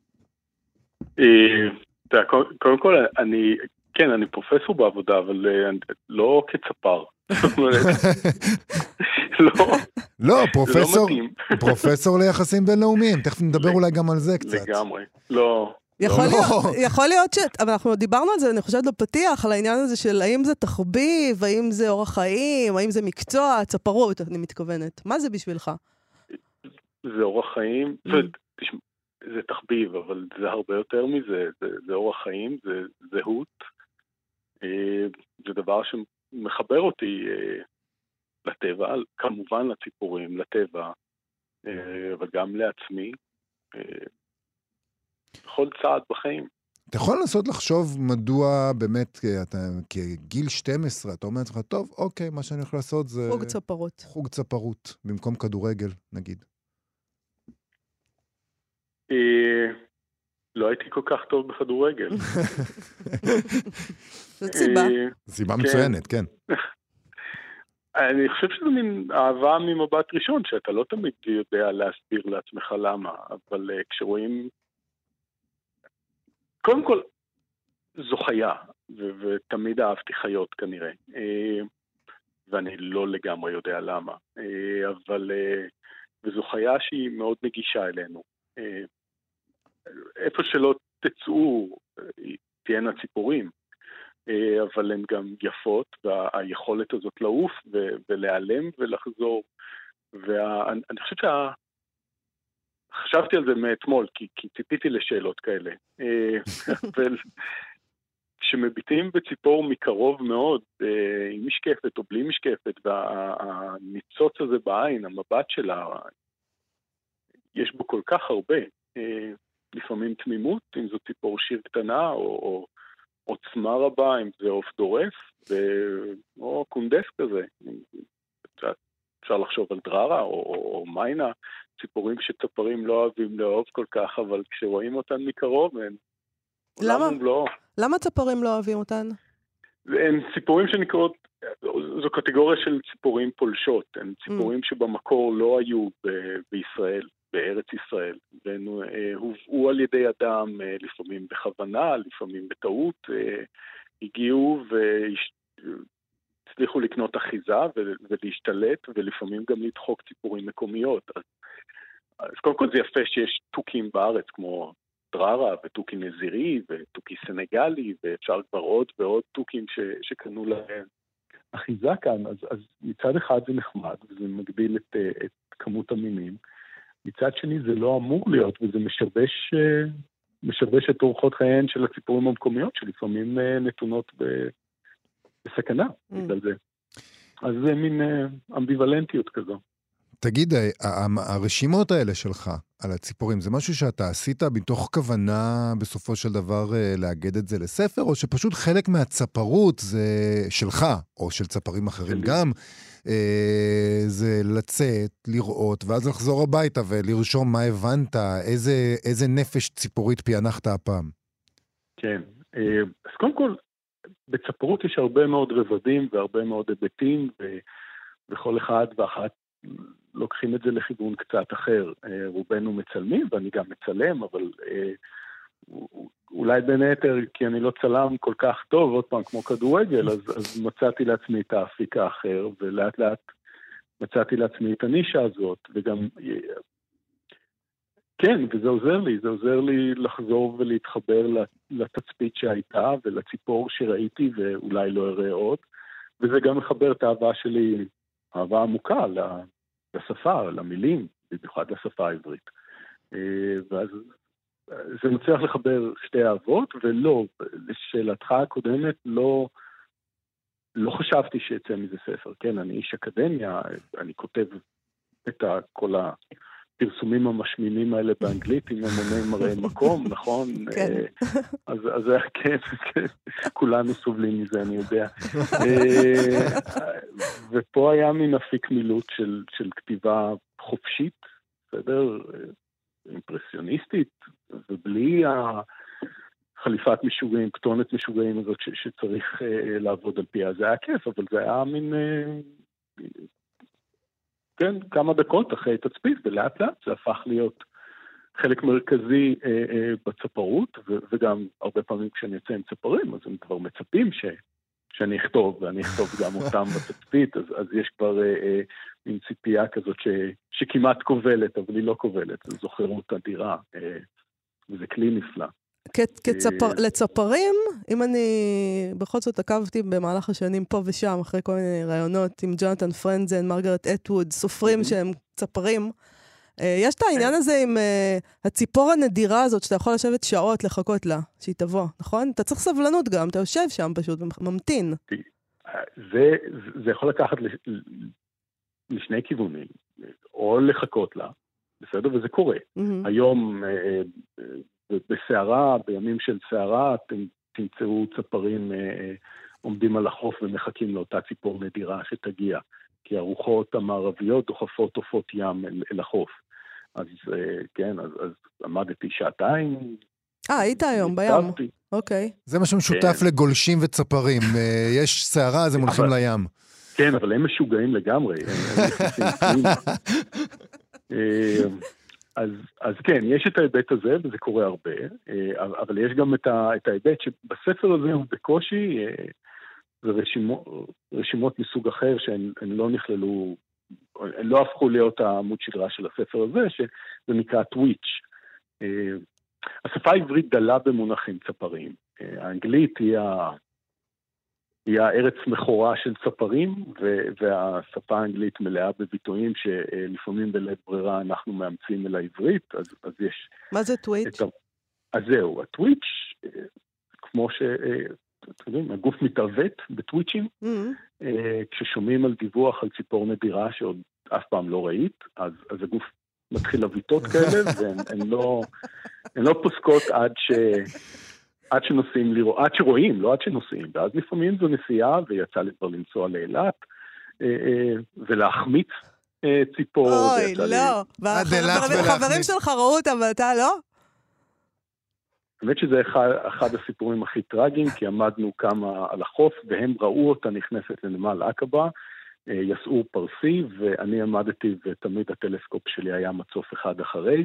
Speaker 6: קודם כל, אני פרופסור בעבודה, אבל לא כצפר.
Speaker 4: לא,
Speaker 6: לא מתאים.
Speaker 4: פרופסור ליחסים בינלאומיים, תכף נדבר אולי גם על זה קצת.
Speaker 6: לגמרי, לא.
Speaker 3: יכול להיות אבל אנחנו דיברנו על זה, אני חושבת בפתיח, על העניין הזה של האם זה תחביב, האם זה אורח חיים, האם זה מקצוע, צפרות, אני מתכוונת. מה זה בשבילך?
Speaker 6: זה אורח חיים, זה תחביב, אבל זה הרבה יותר מזה, זה אורח חיים, זה זהות, זה דבר שמחבר אותי לטבע, כמובן לציפורים, לטבע, אבל גם לעצמי, בכל צעד בחיים.
Speaker 4: אתה יכול לנסות לחשוב מדוע באמת, כגיל 12, אתה אומר לך, טוב, אוקיי, מה שאני הולך לעשות זה...
Speaker 3: חוג צפרות.
Speaker 4: חוג צפרות, במקום כדורגל, נגיד.
Speaker 6: לא הייתי כל כך טוב בכדורגל.
Speaker 3: זאת סיבה.
Speaker 4: סיבה מצוינת, כן.
Speaker 6: אני חושב שזה מין אהבה ממבט ראשון, שאתה לא תמיד יודע להסביר לעצמך למה, אבל כשרואים... קודם כל, זו חיה, ותמיד אהבתי חיות כנראה, ואני לא לגמרי יודע למה, אבל... וזו חיה שהיא מאוד נגישה אלינו. איפה שלא תצאו, תהיינה ציפורים, אבל הן גם יפות, והיכולת הזאת לעוף ולהיעלם ולחזור. ואני חושב חשבתי על זה מאתמול, כי ציפיתי לשאלות כאלה. כשמביטים בציפור מקרוב מאוד, עם משקפת או בלי משקפת, והניצוץ הזה בעין, המבט שלה, יש בו כל כך הרבה. לפעמים תמימות, אם זו ציפור שיר קטנה, או עוצמה רבה, אם זה עוף דורף, או קונדס כזה. אפשר לחשוב על דררה, או מיינה, ציפורים שצפרים לא אוהבים לאהוב כל כך, אבל כשרואים אותן מקרוב, הן עולם ומלואו.
Speaker 3: למה צפרים לא אוהבים אותן?
Speaker 6: הן ציפורים שנקראות, זו קטגוריה של ציפורים פולשות, הן ציפורים שבמקור לא היו בישראל, בארץ ישראל, והן הובאו על ידי אדם, לפעמים בכוונה, לפעמים בטעות, הגיעו והצליחו לקנות אחיזה ולהשתלט, ולפעמים גם לדחוק ציפורים מקומיות. אז קודם כל זה יפה שיש טוקים בארץ, כמו דררה וטוקי נזירי וטוקי סנגלי, ואפשר כבר עוד ועוד טוקים שקנו להם אחיזה כאן. אז מצד אחד זה נחמד, וזה מגביל את כמות המינים. מצד שני זה לא אמור להיות, וזה משבש את אורחות חייהן של הציפורים המקומיות, שלפעמים נתונות בסכנה בגלל זה. אז זה מין אמביוולנטיות כזו.
Speaker 4: תגיד, הרשימות האלה שלך על הציפורים, זה משהו שאתה עשית מתוך כוונה בסופו של דבר לאגד את זה לספר, או שפשוט חלק מהצפרות זה שלך, או של צפרים אחרים גם, זה לצאת, לראות, ואז לחזור הביתה ולרשום מה הבנת, איזה נפש ציפורית פענחת הפעם?
Speaker 6: כן, אז קודם כל, בצפרות יש הרבה מאוד רבדים והרבה מאוד היבטים, וכל אחד ואחת לוקחים את זה לכיוון קצת אחר. רובנו מצלמים, ואני גם מצלם, אבל אולי בין היתר, כי אני לא צלם כל כך טוב, עוד פעם כמו כדורגל, אז מצאתי לעצמי את האפיק האחר, ולאט לאט מצאתי לעצמי את הנישה הזאת, וגם, כן, וזה עוזר לי לחזור ולהתחבר לתצפית שהייתה, ולציפור שראיתי, ואולי לא אראה עוד, וזה גם מחבר את האהבה שלי, אהבה עמוקה לשפה, למילים, במיוחד לשפה העברית. ואז זה מצליח לחבר שתי אהבות, ולא, לשאלתך הקודמת, לא חשבתי שיצא מזה ספר. כן, אני איש אקדמיה, אני כותב את כל הפרסומים המשמינים האלה באנגלית, עם המוני מראה מקום, נכון?
Speaker 3: כן.
Speaker 6: אז כן, כולנו סובלים מזה, אני יודע. ופה היה מין אפיק מילוט של כתיבה חופשית, בסדר? אימפרסיוניסטית, ובלי חליפת משוגעים, כתונת משוגעים הזאת שצריך לעבוד על פיה. זה היה כיף, אבל זה היה מין, כן, כמה דקות אחרי תצפית, ולאט לאט זה הפך להיות חלק מרכזי בצפרות, וגם הרבה פעמים כשאני יוצא עם צפרים, אז הם כבר מצפים שאני אכתוב, ואני אכתוב גם אותם בתצפית, אז יש כבר מין ציפייה כזאת שכמעט כובלת, אבל היא לא כובלת, זו זוכרות אדירה, וזה כלי נפלא.
Speaker 3: לצפרים, אם אני בכל זאת עקבתי במהלך השנים פה ושם, אחרי כל מיני רעיונות עם ג'ונתן פרנזן, מרגרט אטווד, סופרים שהם צפרים, יש את העניין הזה עם הציפור הנדירה הזאת, שאתה יכול לשבת שעות לחכות לה, שהיא תבוא, נכון? אתה צריך סבלנות גם, אתה יושב שם פשוט, ממתין.
Speaker 6: זה יכול לקחת לשני כיוונים, או לחכות לה, בסדר? וזה קורה. היום בסערה, בימים של סערה, אתם תמצאו צפרים עומדים על החוף ומחכים לאותה ציפור נדירה שתגיע, כי הרוחות המערביות דוחפות עופות ים אל החוף. אז כן, אז עמדתי שעתיים.
Speaker 3: היית היום בים. אוקיי.
Speaker 4: זה משהו משותף לגולשים וצפרים. יש סערה, אז הם הולכים לים.
Speaker 6: כן, אבל הם משוגעים לגמרי. אז כן, יש את ההיבט הזה, וזה קורה הרבה, אבל יש גם את ההיבט שבספר הזה הוא בקושי, זה רשימות מסוג אחר שהן לא נכללו, הן לא הפכו להיות העמוד שדרה של הספר הזה, שזה נקרא טוויץ'. השפה העברית דלה במונחים צפרים. האנגלית היא הארץ מכורה של צפרים, והשפה האנגלית מלאה בביטויים שלפעמים בלית ברירה אנחנו מאמצים אל העברית, אז יש...
Speaker 3: מה זה טוויץ'?
Speaker 6: אז זהו, הטוויץ', כמו אתם יודעים, הגוף מתעוות בטוויצ'ים, כששומעים על דיווח על ציפור נדירה שעוד אף פעם לא ראית, אז הגוף מתחיל לביטות כאלה, והן לא פוסקות עד שנוסעים לראות, עד שרואים, לא עד שנוסעים, ואז לפעמים זו נסיעה, ויצא לי כבר לנסוע לאילת, ולהחמיץ ציפור.
Speaker 3: אוי, לא. והחברים שלך ראו אותם, ואתה לא?
Speaker 6: האמת שזה אחד הסיפורים הכי טרגיים, כי עמדנו כמה על החוף, והם ראו אותה נכנסת לנמל עקבה, יסעור פרסי, ואני עמדתי, ותמיד הטלסקופ שלי היה מצוף אחד אחרי,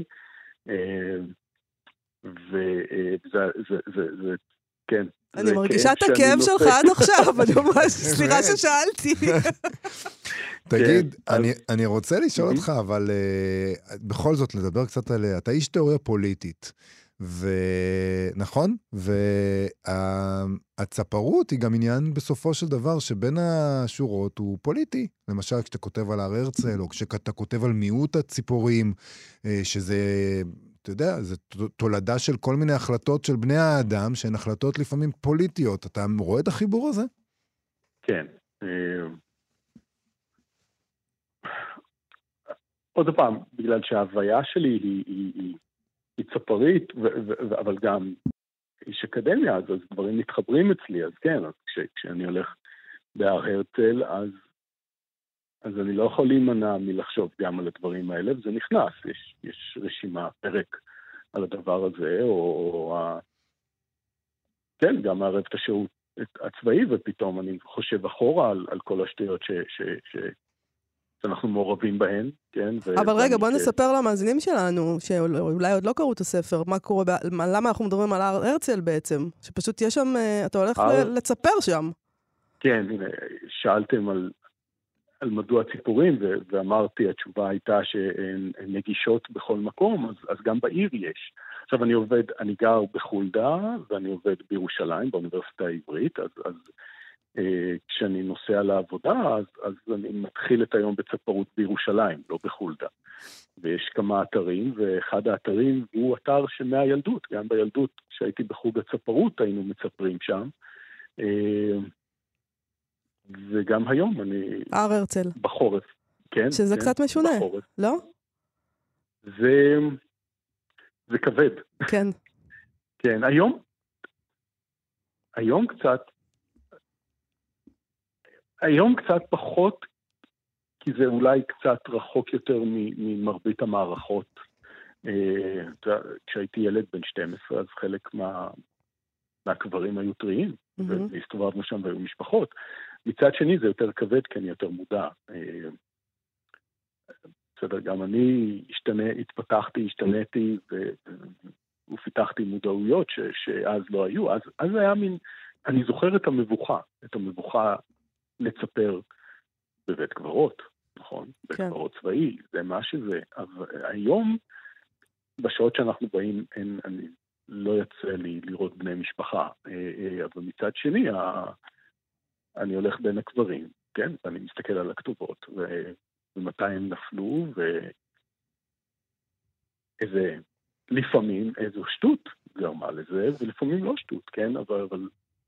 Speaker 6: וזה, כן.
Speaker 3: אני מרגישה את הכאב שלך עד עכשיו, אני ממש, סליחה ששאלתי.
Speaker 4: תגיד, אני רוצה לשאול אותך, אבל בכל זאת לדבר קצת עליה, אתה איש תיאוריה פוליטית, ונכון? והצפרות היא גם עניין בסופו של דבר שבין השורות הוא פוליטי. למשל, כשאתה כותב על הר הרצל, או כשאתה כותב על מיעוט הציפורים, שזה, אתה יודע, זה תולדה של כל מיני החלטות של בני האדם, שהן החלטות לפעמים פוליטיות. אתה רואה את החיבור הזה?
Speaker 6: כן. עוד פעם, בגלל שההוויה שלי היא צפרית, אבל גם איש אקדמיה, אז דברים מתחברים אצלי, אז כן, אז כשאני הולך בהר הרצל, אז אני לא יכול להימנע מלחשוב גם על הדברים האלה, וזה נכנס, יש רשימה, פרק על הדבר הזה, כן, גם מערב את השירות הצבאי, ופתאום אני חושב אחורה על כל השטויות שאנחנו מעורבים בהן, כן?
Speaker 3: אבל רגע, בוא נספר למאזינים שלנו, שאולי עוד לא קראו את הספר, מה קורה, למה אנחנו מדברים על הר הרצל בעצם? שפשוט יש שם, אתה הולך לצפר שם.
Speaker 6: כן, הנה, שאלתם על מדוע ציפורים, ואמרתי, התשובה הייתה שהן נגישות בכל מקום, אז גם בעיר יש. עכשיו אני גר בחולדה, ואני עובד בירושלים, באוניברסיטה העברית, אז כשאני נוסע לעבודה, אז אני מתחיל את היום בצפרות בירושלים, לא בחולדה. ויש כמה אתרים, ואחד האתרים הוא אתר שמהילדות, גם בילדות, כשהייתי בחוג הצפרות, היינו מצפרים שם. וגם היום אני... הר הרצל. בחורף. כן.
Speaker 3: שזה
Speaker 6: כן,
Speaker 3: קצת משונה,
Speaker 6: בחורף.
Speaker 3: לא?
Speaker 6: זה כבד.
Speaker 3: כן.
Speaker 6: כן, היום קצת פחות, כי זה אולי קצת רחוק יותר ממרבית המערכות. כשהייתי ילד בן 12, אז חלק מהקברים היו טריים, והסתובבנו שם והיו משפחות. מצד שני זה יותר כבד, כי אני יותר מודע. בסדר, גם אני השתניתי, ופיתחתי מודעויות שאז לא היו. אז היה מין אני זוכר את המבוכה לצפר בבית קברות, נכון? בית קברות צבאי, זה מה שזה. אבל היום, בשעות שאנחנו באים, אני לא יצא לי לראות בני משפחה, אבל מצד שני, אני הולך בין הקברים, כן? ואני מסתכל על הכתובות, ומתי הם נפלו, לפעמים איזו שטות גרמה לזה, ולפעמים לא שטות, כן? אבל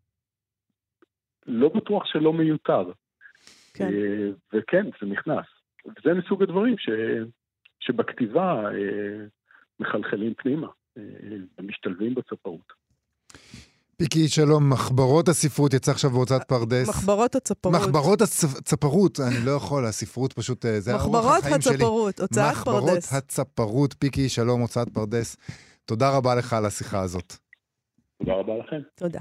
Speaker 6: לא בטוח שלא מיותר.
Speaker 3: כן.
Speaker 6: וכן, זה נכנס. וזה מסוג הדברים שבכתיבה מחלחלים פנימה, ומשתלבים בצפרות.
Speaker 4: פיקי, שלום, מחברות הספרות יצא עכשיו בהוצאת פרדס.
Speaker 3: מחברות הצפרות.
Speaker 4: מחברות הצפרות, אני לא יכול, הספרות פשוט, זה הרוח החיים שלי.
Speaker 3: מחברות הצפרות, הוצאת פרדס.
Speaker 4: מחברות הצפרות, פיקי, שלום, הוצאת פרדס. תודה רבה לך על השיחה הזאת.
Speaker 6: תודה רבה לכם.
Speaker 3: תודה.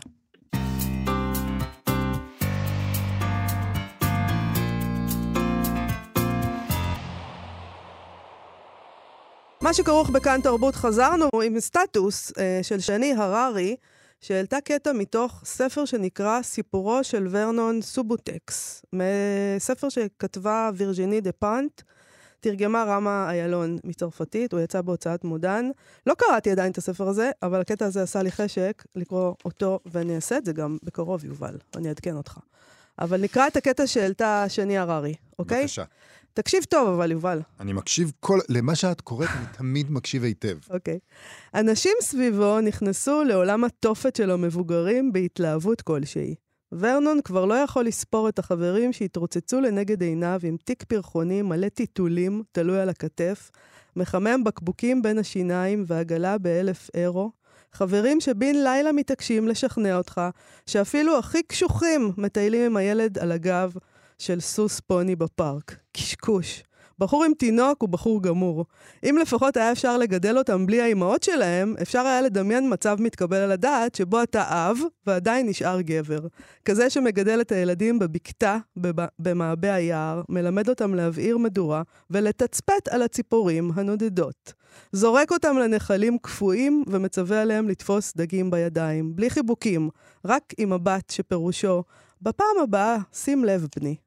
Speaker 3: מה שכרוך בכאן תרבות, חזרנו עם סטטוס של שני הררי, שהעלתה קטע מתוך ספר שנקרא סיפורו של ורנון סובוטקס, ספר שכתבה וירג'יני דה פאנט, תרגמה רמה איילון מצרפתית, הוא יצא בהוצאת מודן. לא קראתי עדיין את הספר הזה, אבל הקטע הזה עשה לי חשק לקרוא אותו, ואני אעשה את זה גם בקרוב, יובל, אני אעדכן אותך. אבל נקרא את הקטע שהעלתה שני הררי, אוקיי?
Speaker 4: בבקשה.
Speaker 3: תקשיב טוב, אבל יובל.
Speaker 4: אני מקשיב למה שאת קוראת, אני תמיד מקשיב היטב.
Speaker 3: אוקיי. אנשים סביבו נכנסו לעולם התופת של המבוגרים בהתלהבות כלשהי. ורנון כבר לא יכול לספור את החברים שהתרוצצו לנגד עיניו עם תיק פרחוני מלא טיטולים, תלוי על הכתף, מחמם בקבוקים בין השיניים ועגלה ב1,000 אירו. חברים שבין לילה מתעקשים לשכנע אותך, שאפילו הכי קשוחים מטיילים עם הילד על הגב של סוס פוני בפארק. קשקוש. בחור עם תינוק הוא בחור גמור. אם לפחות היה אפשר לגדל אותם בלי האימהות שלהם, אפשר היה לדמיין מצב מתקבל על הדעת שבו אתה אב ועדיין נשאר גבר. כזה שמגדל את הילדים בבקתה, במעבה היער, מלמד אותם להבעיר מדורה ולתצפת על הציפורים הנודדות. זורק אותם לנחלים קפואים ומצווה עליהם לתפוס דגים בידיים, בלי חיבוקים, רק עם מבט שפירושו, בפעם הבאה שים לב בני.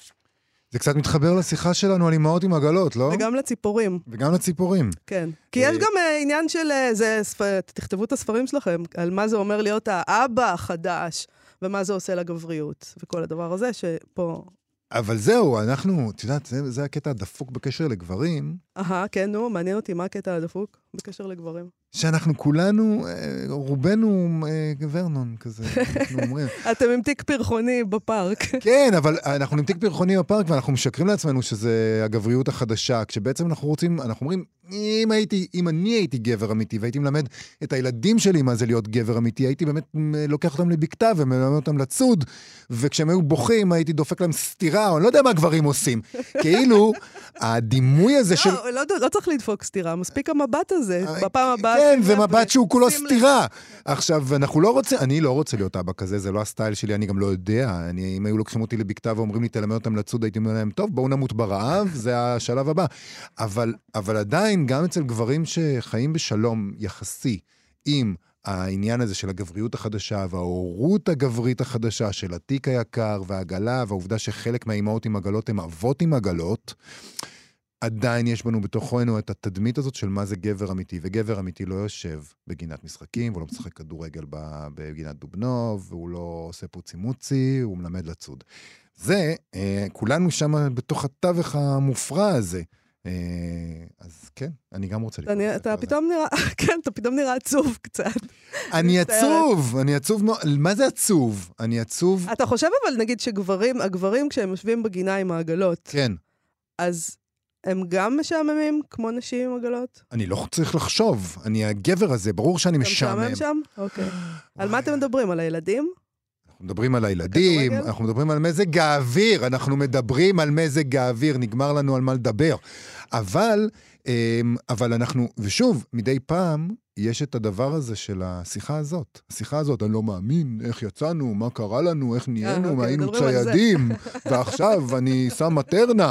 Speaker 4: זה קצת מתחבר לשיחה שלנו על אמהות עם עגלות, לא?
Speaker 3: וגם לציפורים.
Speaker 4: וגם לציפורים.
Speaker 3: כן. כי יש גם עניין של, תכתבו את הספרים שלכם, על מה זה אומר להיות האבא החדש, ומה זה עושה לגבריות, וכל הדבר הזה שפה...
Speaker 4: אבל זהו, אנחנו, את יודעת, זה הקטע הדפוק בקשר לגברים.
Speaker 3: כן, נו, מעניין אותי מה הקטע הדפוק בקשר לגברים.
Speaker 4: שאנחנו כולנו, רובנו ורנון כזה, אנחנו אומרים.
Speaker 3: אתם עם תיק פרחוני בפארק.
Speaker 4: כן, אבל אנחנו עם תיק פרחוני בפארק, ואנחנו משקרים לעצמנו שזה הגבריות החדשה, כשבעצם אנחנו רוצים, אנחנו אומרים, אם אני הייתי גבר אמיתי, והייתי מלמד את הילדים שלי מה זה להיות גבר אמיתי, הייתי באמת לוקח אותם לבקתה, ומלמד אותם לצוד, וכשהם היו בוכים, הייתי דופק להם סתירה, או אני לא יודע מה גברים עושים. כאילו, הדימוי הזה של...
Speaker 3: לא צריך לדפוק סתירה, מספיק המבט הזה, בפעם הבאה...
Speaker 4: כן, ומבט שהוא כולו סתירה. עכשיו, אני לא רוצה להיות אבא כזה, זה לא הסטייל שלי, אני גם לא יודע. אם היו לוקחים אותי לבקתה ואומרים לי, תלמד אותם לצוד, הייתי אומר להם, טוב, בואו נמות ברעב, זה השלב הבא. אבל עדיין, גם אצל גברים שחיים בשלום יחסי, עם העניין הזה של הגבריות החדשה, וההורות הגברית החדשה, של התיק היקר והעגלה, והעובדה שחלק מהאימהות עם עגלות הם אבות עם עגלות, עדיין יש בנו בתוכנו את התדמית הזאת של מה זה גבר אמיתי, וגבר אמיתי לא יושב בגינת משחקים, והוא לא משחק כדורגל בגינת דובנוב, והוא לא עושה פוצי מוצי, הוא מלמד לצוד. זה, כולנו שם בתוך התווך המופרע הזה. אז כן, אני גם רוצה לקרוא.
Speaker 3: אתה פתאום נראה, כן, אתה פתאום נראה עצוב קצת.
Speaker 4: אני עצוב, מה זה עצוב? אני עצוב.
Speaker 3: אתה חושב אבל נגיד הגברים כשהם יושבים בגינה עם העגלות,
Speaker 4: כן.
Speaker 3: אז הם גם משעממים כמו נשים עם עגלות?
Speaker 4: אני לא צריך לחשוב, אני הגבר הזה, ברור שאני משעמם.
Speaker 3: אתה משעמם שם? אוקיי. על מה אתם מדברים? על הילדים?
Speaker 4: אנחנו מדברים על הילדים, אנחנו מדברים על מזג האוויר, נגמר לנו על מה לדבר. אבל אבל אנחנו, ושוב, מדי פעם, יש את הדבר הזה של השיחה הזאת. השיחה הזאת, אני לא מאמין, איך יצאנו, מה קרה לנו, איך נהיינו, מה היינו ציידים, ועכשיו אני שם מטרנה.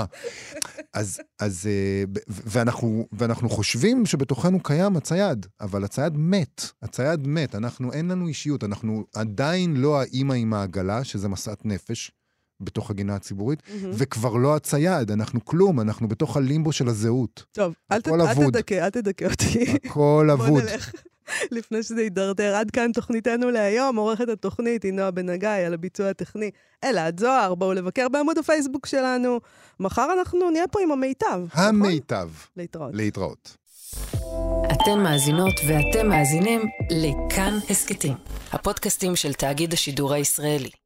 Speaker 4: ואנחנו חושבים שבתוכנו קיים הצייד, אבל הצייד מת, אין לנו אישיות, אנחנו עדיין לא האמא עם העגלה, שזה מסעת נפש, בתוך הגינה הציבורית, וכבר לא הצייד, אנחנו כלום, אנחנו בתוך הלימבו של הזהות.
Speaker 3: טוב, אל תדכא אותי.
Speaker 4: הכל אבוד.
Speaker 3: בוא נלך, לפני שזה יידרדר. עד כאן תוכניתנו להיום, עורכת התוכנית היא נועה בן הגיא, על הביצוע הטכני. אלעד זוהר, בואו לבקר בעמוד הפייסבוק שלנו. מחר אנחנו נהיה פה עם המיטב.
Speaker 4: המיטב.
Speaker 3: להתראות.
Speaker 1: אתן מאזינות ואתם מאזינים לכאן הסקטים, הפודקאסטים של תאגיד השידור הישראלי.